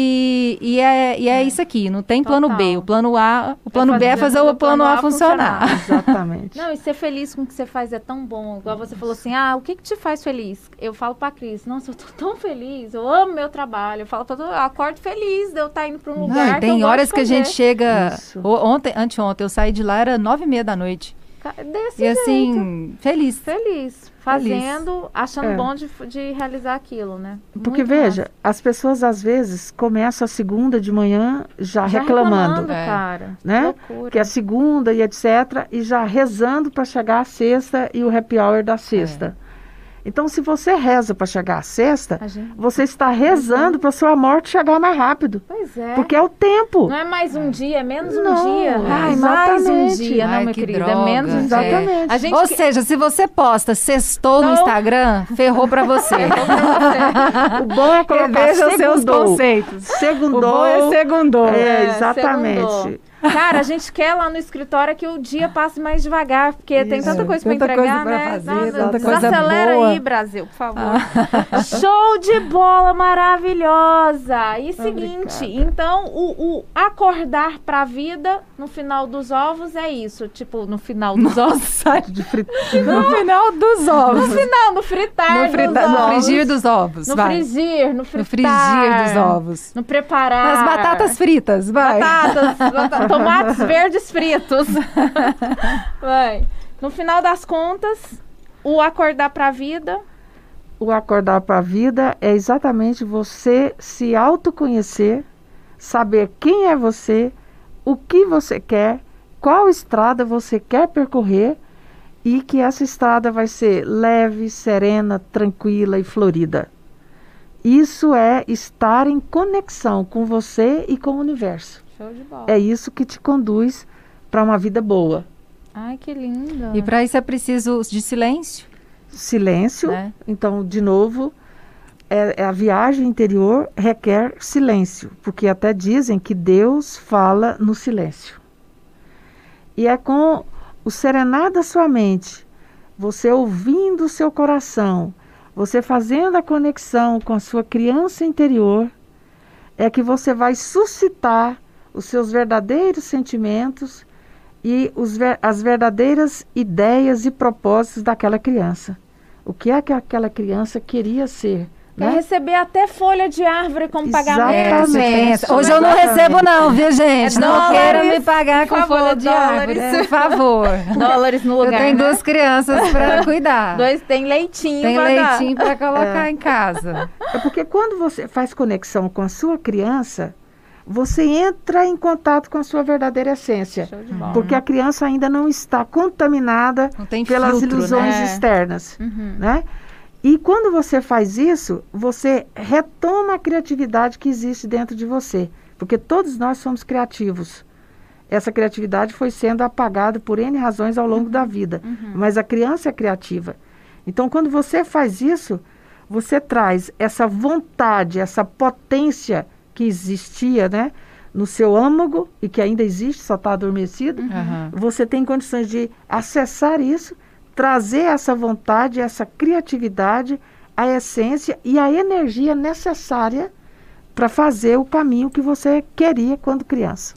E, e, é, e é isso aqui, não tem plano B. Total. O plano A, o plano B é fazer fazer o o plano A funcionar. Exatamente. Não, e ser feliz com o que você faz é tão bom. Igual você falou assim, ah, o que que te faz feliz? Eu falo pra Cris, nossa, eu tô tão feliz, eu amo meu trabalho. Eu falo pra todo, eu acordo feliz de eu estar indo pra um Não, lugar e que tem eu horas gosto que a de gente fazer. chega. Isso. o- Ontem, anteontem, eu saí de lá, era nove e meia da noite. Ca- Desse E jeito. assim, feliz. Feliz, fazendo, achando É. bom de, de realizar aquilo, né? Porque Muito veja, massa. as pessoas às vezes começam a segunda de manhã já, Já reclamando, É. cara. né? Que loucura. Que é a segunda e etcétera. E já rezando para chegar a sexta e o happy hour da sexta. Então, se você reza para chegar à sexta, A gente- você está rezando para sua morte chegar mais rápido. Pois é. Porque é o tempo. Não é mais um dia, é menos um Não, dia. é, Ai, mais um exatamente. dia. Não, Ai, minha que querida, droga. é menos um dia. Exatamente. A gente Ou que- seja, se você posta sextou no Não. Instagram, ferrou pra você. O bom é colocar Reveja os seus segundou. conceitos. Segundou. O bom é segundou. É, É, exatamente. segundou. Cara, a gente quer lá no escritório que o dia passe mais devagar, porque tem Isso. tanta coisa Tanta para entregar, coisa pra né? fazer, Nossa, tanta coisa desacelera boa. aí, Brasil, por favor. Show de bola maravilhosa! E seguinte, então, o, o acordar pra vida no final dos ovos é isso, tipo, no final dos ovos. Nossa, De frit... no final dos No ovos. final, no fritar No, frita- dos no ovos. frigir dos ovos, No vai. frigir, no fritar. No frigir dos ovos. No preparar. Nas batatas fritas, vai. Batatas, bata- tomates verdes fritos. Vai. No final das contas, o acordar pra vida. O acordar para a vida é exatamente você se autoconhecer, saber quem é você, o que você quer, qual estrada você quer percorrer e que essa estrada vai ser leve, serena, tranquila e florida. Isso é estar em conexão com você e com o universo. Show de bola. É isso que te conduz para uma vida boa. Ai, que lindo. E para isso é preciso de silêncio, Silêncio. né? Então, de novo, é, é a viagem interior requer silêncio, porque até dizem que Deus fala no silêncio. E é com o serenar da sua mente, você ouvindo o seu coração, você fazendo a conexão com a sua criança interior, é que você vai suscitar os seus verdadeiros sentimentos e os, ver- as verdadeiras ideias e propósitos daquela criança. O que é que aquela criança queria ser, Quer né? receber até folha de árvore como pagamento. É, você Exatamente. pensa. Hoje eu não Exatamente. recebo não, viu, gente? É não dólares, queiram me pagar por com favor, folha de árvore, dólares. por favor. Dólares no Eu lugar, tenho né? duas crianças para cuidar. Dois, tem leitinho Tem pra dar. leitinho para colocar em casa. É porque quando você faz conexão com a sua criança, você entra em contato com a sua verdadeira essência. Show de bola. Porque a criança ainda não está contaminada Não tem pelas filtro, ilusões né? externas, Uhum. né? E quando você faz isso, você retoma a criatividade que existe dentro de você. Porque todos nós somos criativos. Essa criatividade foi sendo apagada por N razões ao longo da vida. Mas a criança é criativa. Então, quando você faz isso, você traz essa vontade, essa potência que existia, né, no seu âmago e que ainda existe, só está adormecido. Aham. Você tem condições de acessar isso, trazer essa vontade, essa criatividade, a essência e a energia necessária para fazer o caminho que você queria quando criança.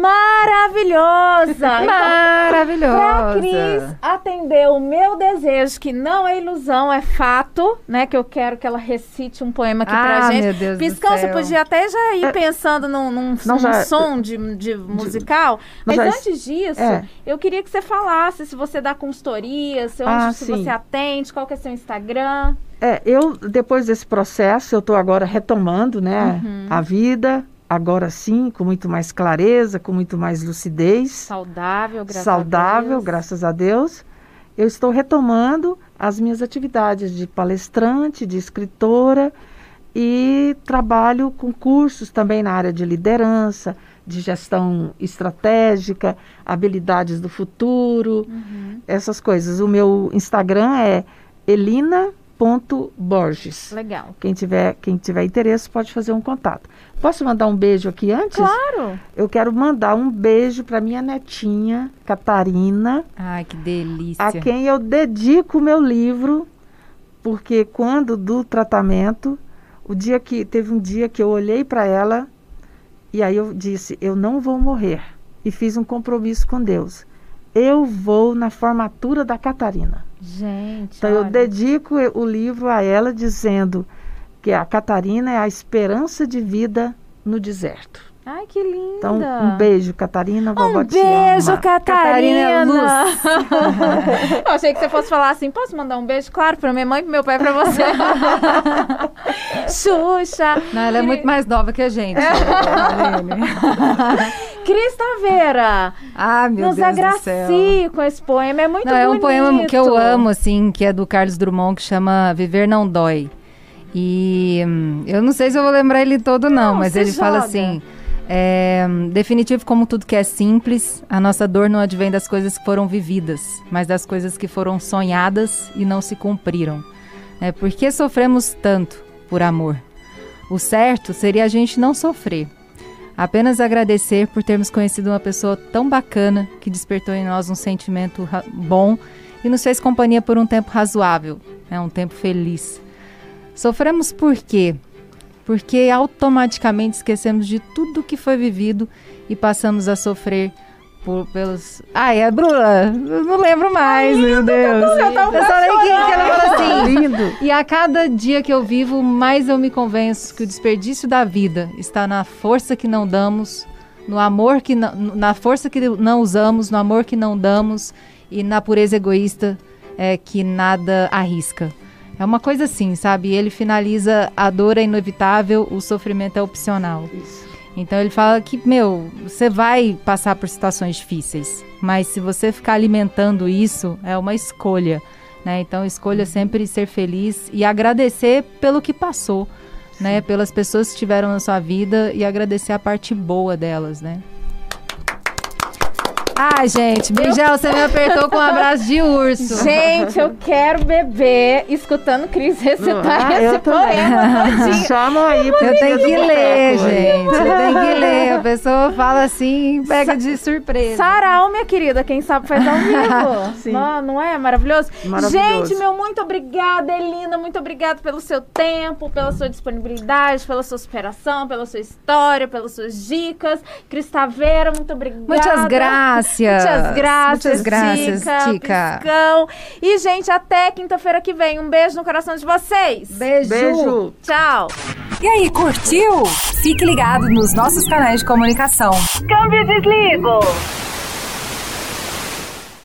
Maravilhosa! Então, pra Maravilhosa. Cris atender o meu desejo, que não é ilusão, é fato, né? Que eu quero que ela recite um poema aqui pra Ah, gente. meu Deus do Piscão, você céu. podia até já ir É. pensando num, num, Não, num já- som de, de musical. Mas já- antes disso, é. eu queria que você falasse se você dá consultoria, se, onde, Ah, se sim. você atende, qual que é seu Instagram. É, eu, depois desse processo, eu estou agora retomando, né, a vida, agora sim, com muito mais clareza, com muito mais lucidez, Saudável, graças a saudável, Deus. graças a Deus. Eu estou retomando as minhas atividades de palestrante, de escritora e trabalho com cursos também na área de liderança, de gestão estratégica, habilidades do futuro, essas coisas. O meu Instagram é elina ponto borges. Legal. Quem tiver, quem tiver interesse pode fazer um contato. Posso mandar um beijo aqui antes? Claro! Eu quero mandar um beijo para minha netinha, Catarina, Ai, que delícia. a quem eu dedico o meu livro, porque quando do tratamento, o dia que teve um dia que eu olhei para ela e aí eu disse, eu não vou morrer. E fiz um compromisso com Deus. Eu vou na formatura da Catarina. Gente, Então eu olha. dedico o livro a ela dizendo que a Catarina é a esperança de vida no deserto. Ai, que linda! Então, um beijo, Catarina. Vovó Um te ama. beijo, Catarina! Catarina Eu achei que você fosse falar assim, posso mandar um beijo? Claro, pra minha mãe e pro meu pai e pra você. Xuxa! Não, ela é muito mais nova que a gente. Aline. Cris Taveira, Ah, meu nos Deus agracie do céu. com esse poema, é muito Não, é um bonito. poema que eu amo, assim, que é do Carlos Drummond, que chama Viver Não Dói. E hum, eu não sei se eu vou lembrar ele todo, não, Não, mas você ele fala joga. assim... É, definitivo como tudo que é simples, a nossa dor não advém das coisas que foram vividas, mas das coisas que foram sonhadas e não se cumpriram. É, por que sofremos tanto por amor? O certo seria a gente não sofrer, apenas agradecer por termos conhecido uma pessoa tão bacana que despertou em nós um sentimento ra- bom e nos fez companhia por um tempo razoável, né, um tempo feliz. Sofremos por quê? Porque automaticamente esquecemos de tudo que foi vivido e passamos a sofrer por, pelos... Ai, é Bruna, eu não lembro mais, meu Deus. eu tava Eu só lembro que, que ela fala assim, Lindo. e a cada dia que eu vivo, mais eu me convenço que o desperdício da vida está na força que não damos, no amor que não, na força que não usamos, no amor que não damos e na pureza egoísta é, que nada arrisca. É uma coisa assim, sabe? Ele finaliza: a dor é inevitável, o sofrimento é opcional. Isso. Então ele fala que, meu, você vai passar por situações difíceis, mas se você ficar alimentando isso, é uma escolha, né? Então escolha sempre ser feliz e agradecer pelo que passou, né? Pelas pessoas que estiveram na sua vida e agradecer a parte boa delas, né? Ai, gente, Brinjel, você me apertou com um abraço de urso. Gente, eu quero beber escutando Cris recitar Ah, esse eu também. poema todinho. Chama aí. pro Eu tenho dia que do ler, boteco. gente. Eu tenho que ler. A pessoa fala assim, pega de surpresa. Sarau, minha querida, quem sabe faz ao vivo. Sim. Não, não é maravilhoso? Maravilhoso. Gente, meu muito obrigada, Elina. Muito obrigada pelo seu tempo, pela sua disponibilidade, pela sua superação, pela sua história, pelas suas dicas. Cris Taveira, muito obrigada. Muitas graças. Muitas graças, Muitas graças, Tica. Tica. Piscão. E, gente, até quinta-feira que vem. Um beijo no coração de vocês. Beijo. Beijo. Tchau. E aí, curtiu? Fique ligado nos nossos canais de comunicação. Câmbio desligo.